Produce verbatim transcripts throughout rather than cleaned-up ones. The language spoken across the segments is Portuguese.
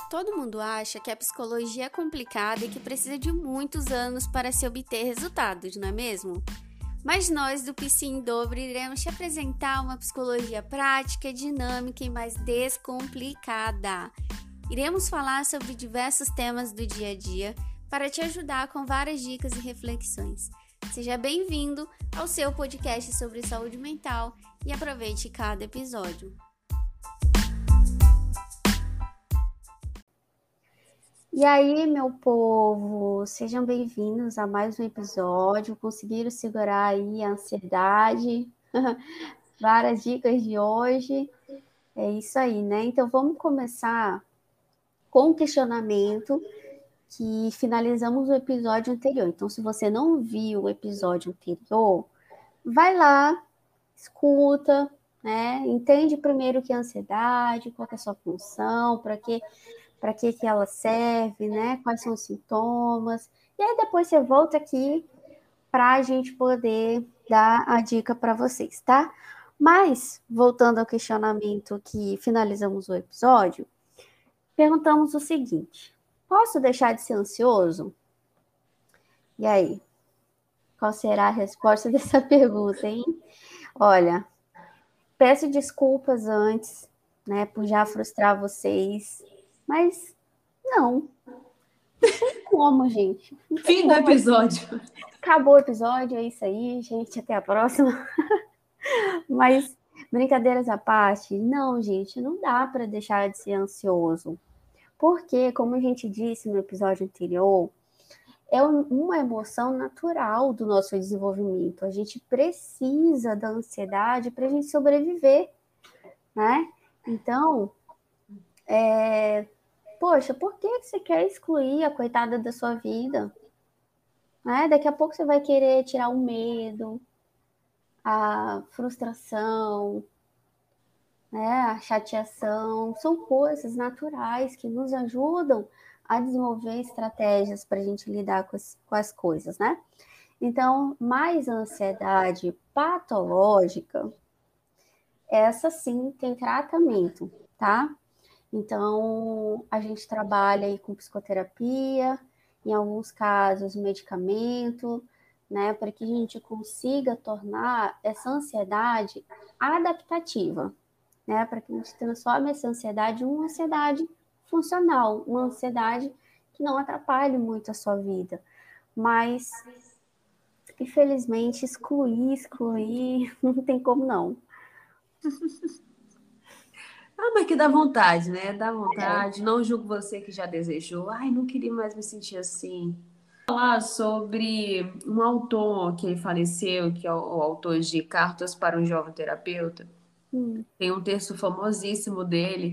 Todo mundo acha que a psicologia é complicada e que precisa de muitos anos para se obter resultados, não é mesmo? Mas nós do Psi em Dobro iremos te apresentar uma psicologia prática, dinâmica e mais descomplicada. Iremos falar sobre diversos temas do dia a dia para te ajudar com várias dicas e reflexões. Seja bem-vindo ao seu podcast sobre saúde mental e aproveite cada episódio. E aí, meu povo, sejam bem-vindos a mais um episódio. Conseguiram segurar aí a ansiedade? Várias dicas de hoje. É isso aí, né? Então, vamos começar com o questionamento que finalizamos o episódio anterior. Então, se você não viu o episódio anterior, vai lá, escuta, né? Entende primeiro o que é ansiedade, qual que é a sua função, para que para que, que ela serve, né? Quais são os sintomas. E aí depois você volta aqui para a gente poder dar a dica para vocês, tá? Mas, voltando ao questionamento que finalizamos o episódio, perguntamos o seguinte: posso deixar de ser ansioso? E aí? Qual será a resposta dessa pergunta, hein? Olha, peço desculpas antes, né, por já frustrar vocês, mas não. Não tem como, gente. Não tem Fim do como. episódio. Acabou o episódio, é isso aí, gente. Até a próxima. Mas, brincadeiras à parte, não, gente, não dá para deixar de ser ansioso. Porque, como a gente disse no episódio anterior, é uma emoção natural do nosso desenvolvimento. A gente precisa da ansiedade para a gente sobreviver, né? Então, é... poxa, por que você quer excluir a coitada da sua vida? Né? Daqui a pouco você vai querer tirar o medo, a frustração, né? A chateação. São coisas naturais que nos ajudam a desenvolver estratégias para a gente lidar com as, com as coisas, né? Então, mais a ansiedade patológica, essa sim tem tratamento, tá? Então, a gente trabalha aí com psicoterapia, em alguns casos, medicamento, né, para que a gente consiga tornar essa ansiedade adaptativa, né, para que a gente transforme essa ansiedade em uma ansiedade funcional, uma ansiedade que não atrapalhe muito a sua vida. Mas, infelizmente, excluir, excluir, não tem como não. Ah, mas que dá vontade, né? Dá vontade. Não julgo você que já desejou. Ai, não queria mais me sentir assim. Falar sobre um autor que faleceu, que é o, o autor de Cartas para um Jovem Terapeuta. Hum. Tem um texto famosíssimo dele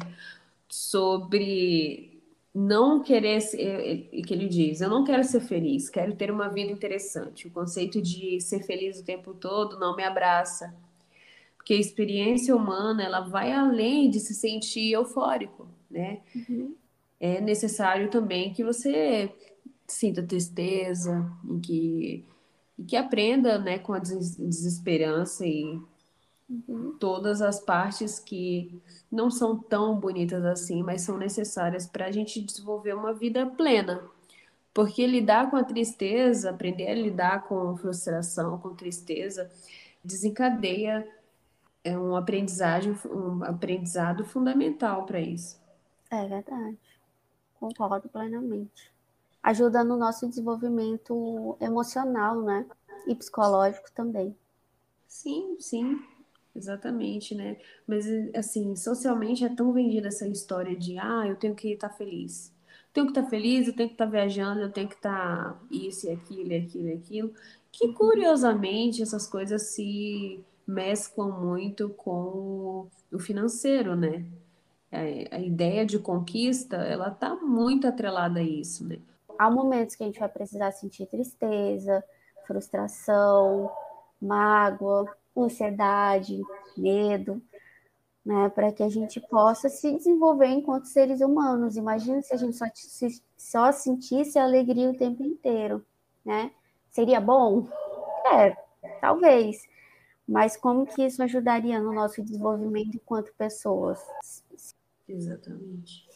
sobre não querer ser, que ele diz, eu não quero ser feliz, quero ter uma vida interessante. O conceito de ser feliz o tempo todo não me abraça. Porque a experiência humana, ela vai além de se sentir eufórico, né? Uhum. É necessário também que você sinta tristeza, e que, e que aprenda, né, com a des- desesperança e Uhum. todas as partes que não são tão bonitas assim, mas são necessárias para a gente desenvolver uma vida plena. Porque lidar com a tristeza, aprender a lidar com frustração, com tristeza, desencadeia é um aprendizagem, um aprendizado fundamental para isso. É verdade, concordo plenamente. Ajuda no nosso desenvolvimento emocional, né? E psicológico também. Sim, sim, exatamente, né? Mas, assim, socialmente é tão vendida essa história de, ah, eu tenho que estar feliz. Tenho que estar feliz, eu tenho que estar viajando, eu tenho que estar isso e aquilo e aquilo e aquilo. Que, curiosamente, essas coisas se mesclam muito com o financeiro, né? A, a ideia de conquista, ela tá muito atrelada a isso, né? Há momentos que a gente vai precisar sentir tristeza, frustração, mágoa, ansiedade, medo, né? Para que a gente possa se desenvolver enquanto seres humanos. Imagina se a gente só, se, só sentisse alegria o tempo inteiro, né? Seria bom? É, talvez. Mas como que isso ajudaria no nosso desenvolvimento enquanto pessoas? Exatamente.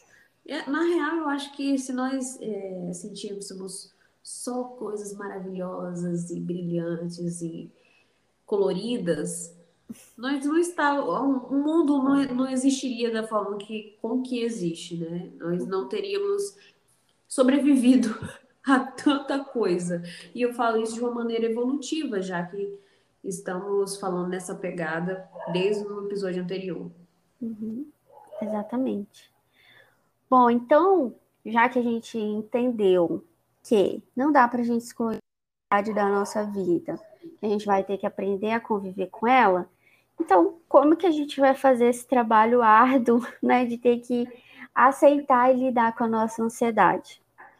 É, na real, eu acho que se nós é, sentíssemos só coisas maravilhosas e brilhantes e coloridas, nós não está, o o mundo não, não existiria da forma que, com que existe, né? Nós não teríamos sobrevivido a tanta coisa. E eu falo isso de uma maneira evolutiva, já que estamos falando nessa pegada desde o episódio anterior. Uhum, exatamente. Bom, então, já que a gente entendeu que não dá para a gente excluir a idade da nossa vida, que a gente vai ter que aprender a conviver com ela, então, como que a gente vai fazer esse trabalho árduo, né, de ter que aceitar e lidar com a nossa ansiedade?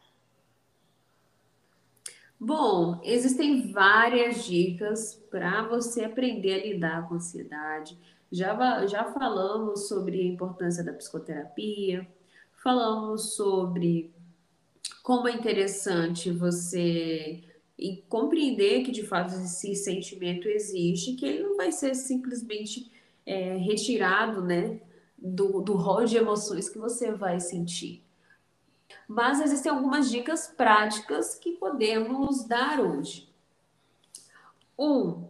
Bom, existem várias dicas para você aprender a lidar com a ansiedade. Já, va- já falamos sobre a importância da psicoterapia, falamos sobre como é interessante você e compreender que de fato esse sentimento existe, que ele não vai ser simplesmente é, retirado, né, do, do rol de emoções que você vai sentir. Mas existem algumas dicas práticas que podemos dar hoje. Um,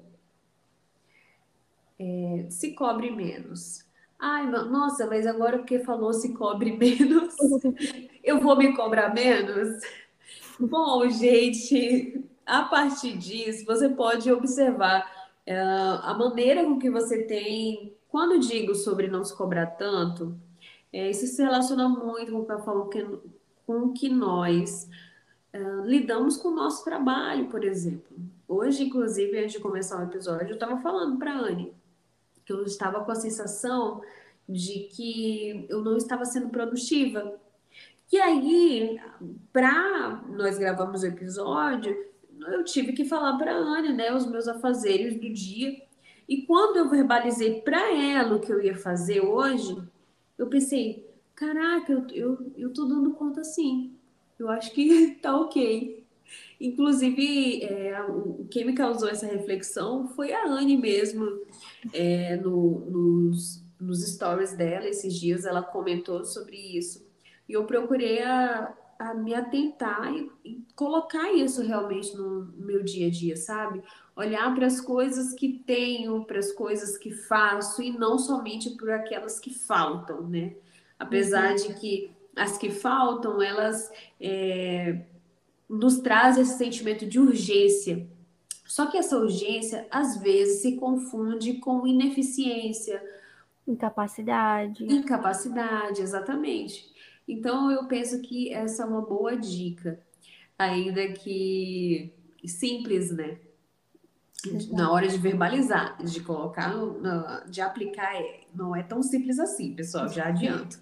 se cobre menos. Ai, no- nossa, mas agora porque falou se cobre menos, eu vou me cobrar menos? Bom, gente, a partir disso, você pode observar eh, a maneira com que você tem. Quando digo sobre não se cobrar tanto, eh, isso se relaciona muito com a forma que, com que nós ah, lidamos com o nosso trabalho, por exemplo. Hoje, inclusive, antes de começar o episódio, eu estava falando para a Anne que eu estava com a sensação de que eu não estava sendo produtiva. E aí, para nós gravarmos o episódio, eu tive que falar para a Anne, né, os meus afazeres do dia. E quando eu verbalizei para ela o que eu ia fazer hoje, eu pensei, caraca, eu, eu, eu tô dando conta sim. Eu acho que tá ok. Inclusive, é, o, quem me causou essa reflexão foi a Anne mesmo, é, no, nos, nos stories dela esses dias, ela comentou sobre isso. E eu procurei a, a me atentar e, e colocar isso realmente no meu dia a dia, sabe? Olhar para as coisas que tenho, para as coisas que faço e não somente por aquelas que faltam, né? Apesar Uhum. de que as que faltam, elas é, nos trazem esse sentimento de urgência. Só que essa urgência, às vezes, se confunde com ineficiência, Incapacidade. incapacidade, exatamente. Então, eu penso que essa é uma boa dica, ainda que simples, né? Na Exato. hora de verbalizar, de colocar, na- de aplicar, é- não é tão simples assim, pessoal, já adianto.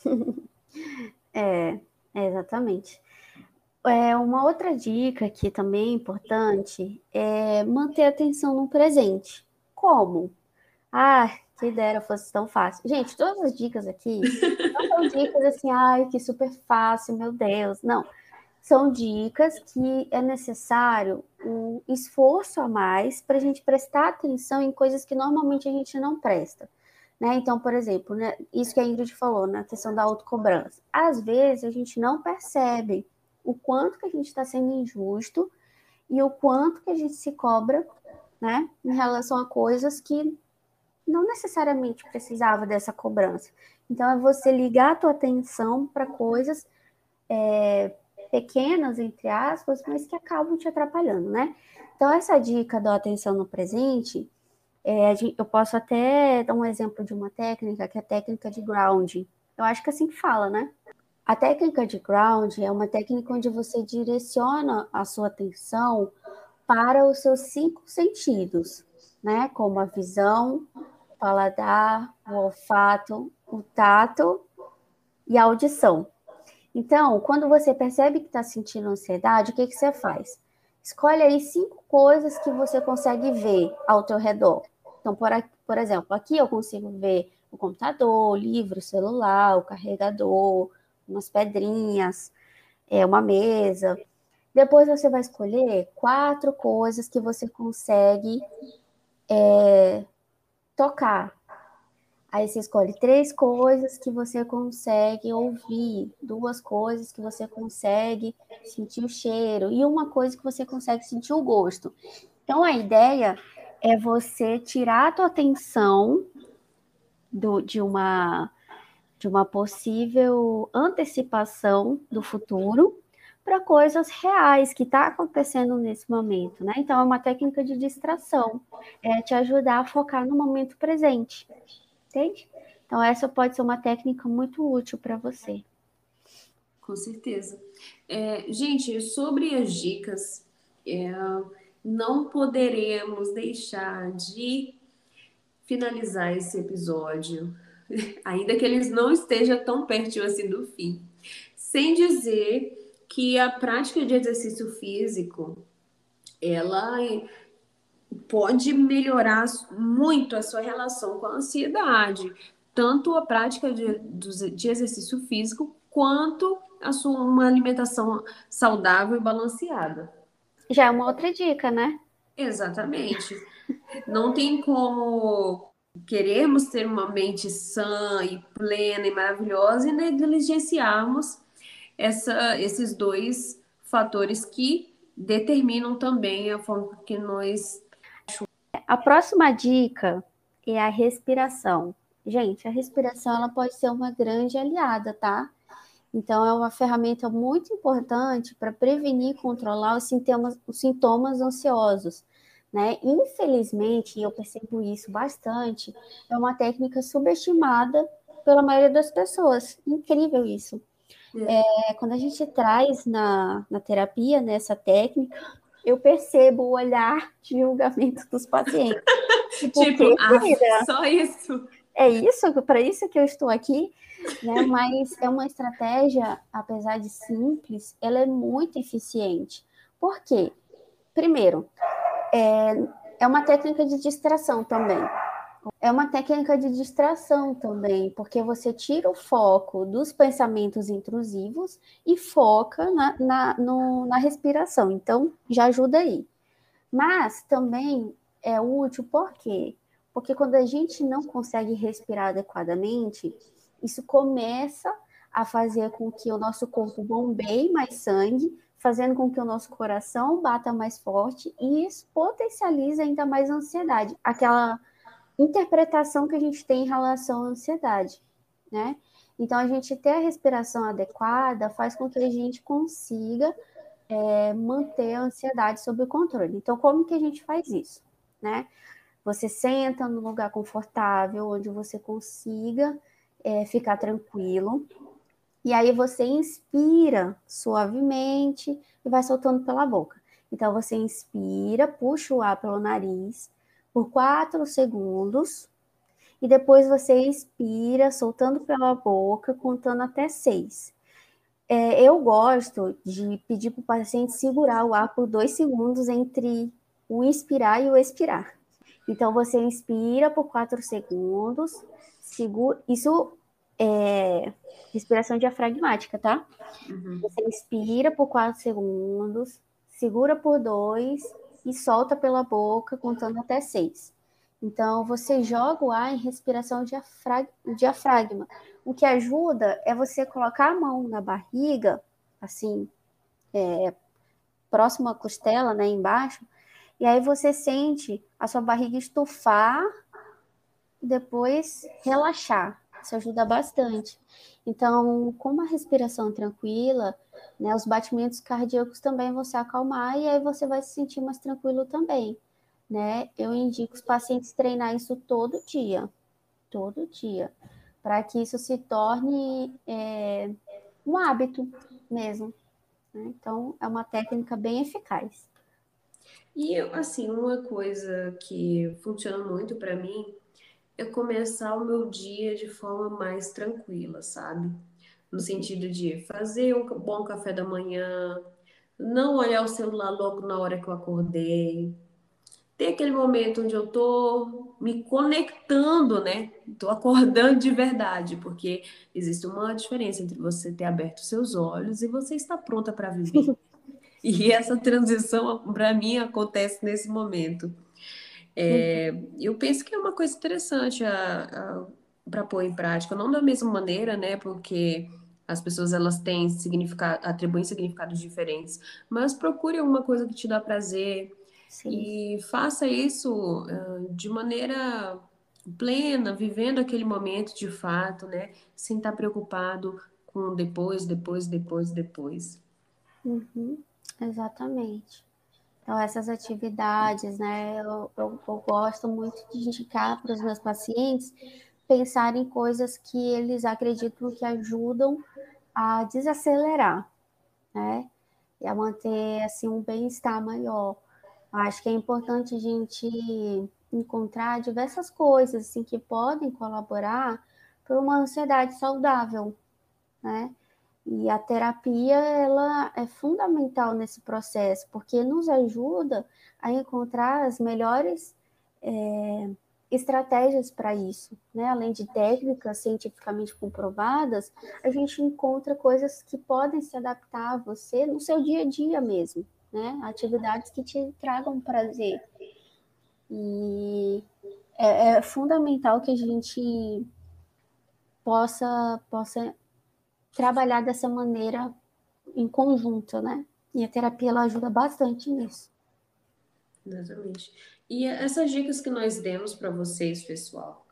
É, é, exatamente. É, uma outra dica que também é importante é manter a atenção no presente. Como? Ah, que dera fosse tão fácil. Gente, todas as dicas aqui não são dicas assim, ai, que super fácil, meu Deus. Não. São dicas que é necessário um esforço a mais para a gente prestar atenção em coisas que normalmente a gente não presta. Né? Então, por exemplo, né, isso que a Ingrid falou, na questão da autocobrança. Às vezes a gente não percebe o quanto que a gente está sendo injusto e o quanto que a gente se cobra, né, em relação a coisas que não necessariamente precisava dessa cobrança. Então, é você ligar a tua atenção para coisas é, pequenas, entre aspas, mas que acabam te atrapalhando, né? Então, essa dica da atenção no presente, é, eu posso até dar um exemplo de uma técnica, que é a técnica de grounding. Eu acho que é assim que fala, né? A técnica de grounding é uma técnica onde você direciona a sua atenção para os seus cinco sentidos, né? Como a visão, o paladar, o olfato, o tato e a audição. Então, quando você percebe que está sentindo ansiedade, o que, que você faz? Escolhe aí cinco coisas que você consegue ver ao teu redor. Então, por, por exemplo, aqui eu consigo ver o computador, o livro, o celular, o carregador, umas pedrinhas, é, uma mesa. Depois você vai escolher quatro coisas que você consegue é, tocar. Aí você escolhe três coisas que você consegue ouvir, duas coisas que você consegue sentir o cheiro e uma coisa que você consegue sentir o gosto. Então a ideia é você tirar a tua atenção do, de uma de uma possível antecipação do futuro para coisas reais que está acontecendo nesse momento, né? Então é uma técnica de distração, é te ajudar a focar no momento presente, entende? Então essa pode ser uma técnica muito útil para você. Com certeza. É, gente, sobre as dicas, é, não poderemos deixar de finalizar esse episódio, ainda que eles não estejam tão perto assim do fim, sem dizer que a prática de exercício físico, ela pode melhorar muito a sua relação com a ansiedade, tanto a prática de, de exercício físico quanto a sua uma alimentação saudável e balanceada. Já é uma outra dica, né? Exatamente. Não tem como querermos ter uma mente sã e plena e maravilhosa e negligenciarmos essa, esses dois fatores que determinam também a forma que nós. A próxima dica é a respiração. Gente, a respiração ela pode ser uma grande aliada, tá? Então, é uma ferramenta muito importante para prevenir e controlar os sintomas, os sintomas ansiosos. Né? Infelizmente, e eu percebo isso bastante, é uma técnica subestimada pela maioria das pessoas. Incrível isso. É, quando a gente traz na, na terapia né, essa técnica, eu percebo o olhar de julgamento dos pacientes. Tipo, o Tipo, quê, ah, querida? só isso. É isso, para isso que eu estou aqui, né? Mas é uma estratégia, apesar de simples, ela é muito eficiente. Por quê? Primeiro, é, é uma técnica de distração também. É uma técnica de distração também, porque você tira o foco dos pensamentos intrusivos e foca na, na, no, na respiração. Então, já ajuda aí. Mas também é útil por quê? Porque quando a gente não consegue respirar adequadamente, isso começa a fazer com que o nosso corpo bombeie mais sangue, fazendo com que o nosso coração bata mais forte e isso potencializa ainda mais a ansiedade, aquela interpretação que a gente tem em relação à ansiedade, né? Então, a gente ter a respiração adequada faz com que a gente consiga é, manter a ansiedade sob o controle. Então, como que a gente faz isso, né? Você senta num lugar confortável, onde você consiga é, ficar tranquilo, e aí você inspira suavemente e vai soltando pela boca. Então, você inspira, puxa o ar pelo nariz por quatro segundos, e depois você expira, soltando pela boca, contando até seis. É, eu gosto de pedir para o paciente segurar o ar por dois segundos entre o inspirar e o expirar. Então, você inspira por quatro segundos, segura. Isso é respiração diafragmática, tá? Uhum. Você inspira por quatro segundos, segura por dois e solta pela boca, contando até seis. Então, você joga o ar em respiração diafragma. O que ajuda é você colocar a mão na barriga, assim, é, próximo à costela, né, embaixo, e aí você sente a sua barriga estufar e depois relaxar. Isso ajuda bastante. Então, com uma respiração tranquila, né, os batimentos cardíacos também vão se acalmar e aí você vai se sentir mais tranquilo também. Né? Eu indico os pacientes treinar isso todo dia, todo dia, para que isso se torne é, um hábito mesmo. Né? Então, é uma técnica bem eficaz. E, assim, uma coisa que funciona muito para mim é começar o meu dia de forma mais tranquila, sabe? No sentido de fazer um bom café da manhã, não olhar o celular logo na hora que eu acordei. Tem aquele momento onde eu tô me conectando, né? Tô acordando de verdade, porque existe uma diferença entre você ter aberto seus olhos e você estar pronta para viver. E essa transição, para mim, acontece nesse momento. É, eu penso que é uma coisa interessante a, a para pôr em prática, não da mesma maneira, né? Porque as pessoas elas têm significado, atribuem significados diferentes, mas procure uma coisa que te dá prazer Sim. e faça isso ah, de maneira plena, vivendo aquele momento de fato, né? Sem estar preocupado com depois, depois, depois, depois. Uhum, exatamente. Então, essas atividades, né, eu, eu, eu gosto muito de indicar para os meus pacientes pensar em coisas que eles acreditam que ajudam a desacelerar, né, e a manter, assim, um bem-estar maior. Eu acho que é importante a gente encontrar diversas coisas, assim, que podem colaborar para uma ansiedade saudável, né? E a terapia, ela é fundamental nesse processo, porque nos ajuda a encontrar as melhores é, estratégias para isso, né? Além de técnicas cientificamente comprovadas, a gente encontra coisas que podem se adaptar a você no seu dia a dia mesmo, né? Atividades que te tragam prazer. E é, é fundamental que a gente possa, possa trabalhar dessa maneira em conjunto, né? E a terapia ela ajuda bastante nisso. Exatamente. E essas dicas que nós demos para vocês, pessoal,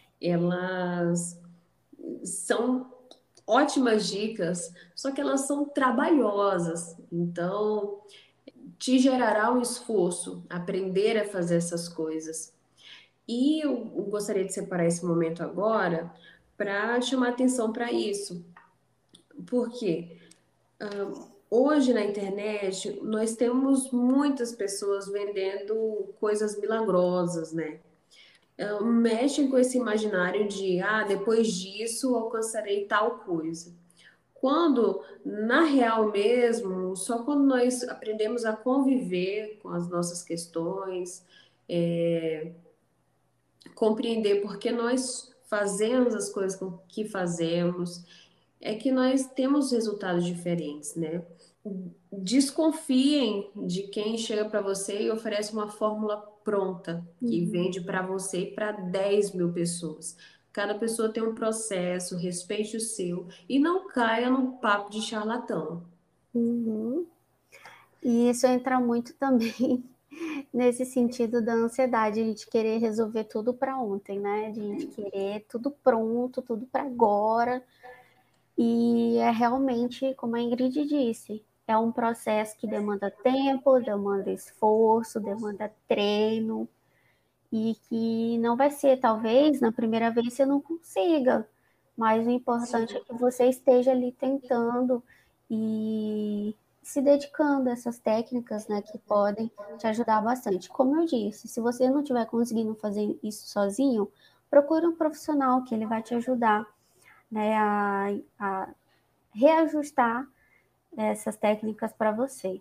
elas são ótimas dicas, só que elas são trabalhosas. Então, te gerará um esforço aprender a fazer essas coisas. E eu gostaria de separar esse momento agora para chamar atenção para isso. Porque hoje na internet nós temos muitas pessoas vendendo coisas milagrosas, né? Ah, mexem com esse imaginário de, ah, depois disso alcançarei tal coisa. Quando, na real mesmo, só quando nós aprendemos a conviver com as nossas questões, é, compreender por que nós fazemos as coisas que fazemos, é que nós temos resultados diferentes, né? Desconfiem de quem chega para você e oferece uma fórmula pronta, que Uhum. vende para você e para dez mil pessoas. Cada pessoa tem um processo, respeite o seu e não caia no papo de charlatão. Uhum. E isso entra muito também nesse sentido da ansiedade, a gente querer resolver tudo para ontem, né? A gente querer tudo pronto, tudo para agora. E é realmente, como a Ingrid disse, é um processo que demanda tempo, demanda esforço, demanda treino, e que não vai ser, talvez, na primeira vez você não consiga, mas o importante é Sim. que você esteja ali tentando e se dedicando a essas técnicas, né, que podem te ajudar bastante. Como eu disse, se você não estiver conseguindo fazer isso sozinho, procure um profissional que ele vai te ajudar, né, a, a reajustar essas técnicas para você.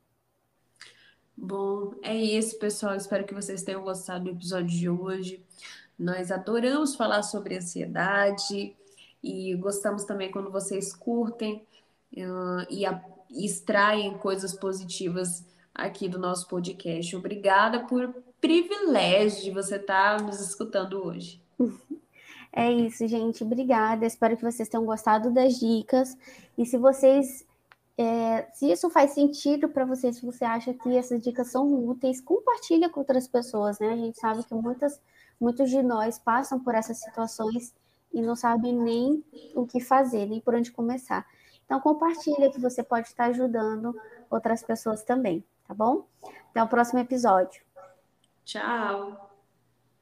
Bom, é isso, pessoal. Espero que vocês tenham gostado do episódio de hoje. Nós adoramos falar sobre ansiedade e gostamos também quando vocês curtem uh, e, a, e extraem coisas positivas aqui do nosso podcast. Obrigada por privilégio de você estar nos escutando hoje. É isso, gente. Obrigada. Espero que vocês tenham gostado das dicas. E se vocês, é, se isso faz sentido para vocês, se você acha que essas dicas são úteis, compartilha com outras pessoas, né? A gente sabe que muitas, muitos de nós passam por essas situações e não sabem nem o que fazer, nem por onde começar. Então, compartilha que você pode estar ajudando outras pessoas também, tá bom? Até o próximo episódio. Tchau!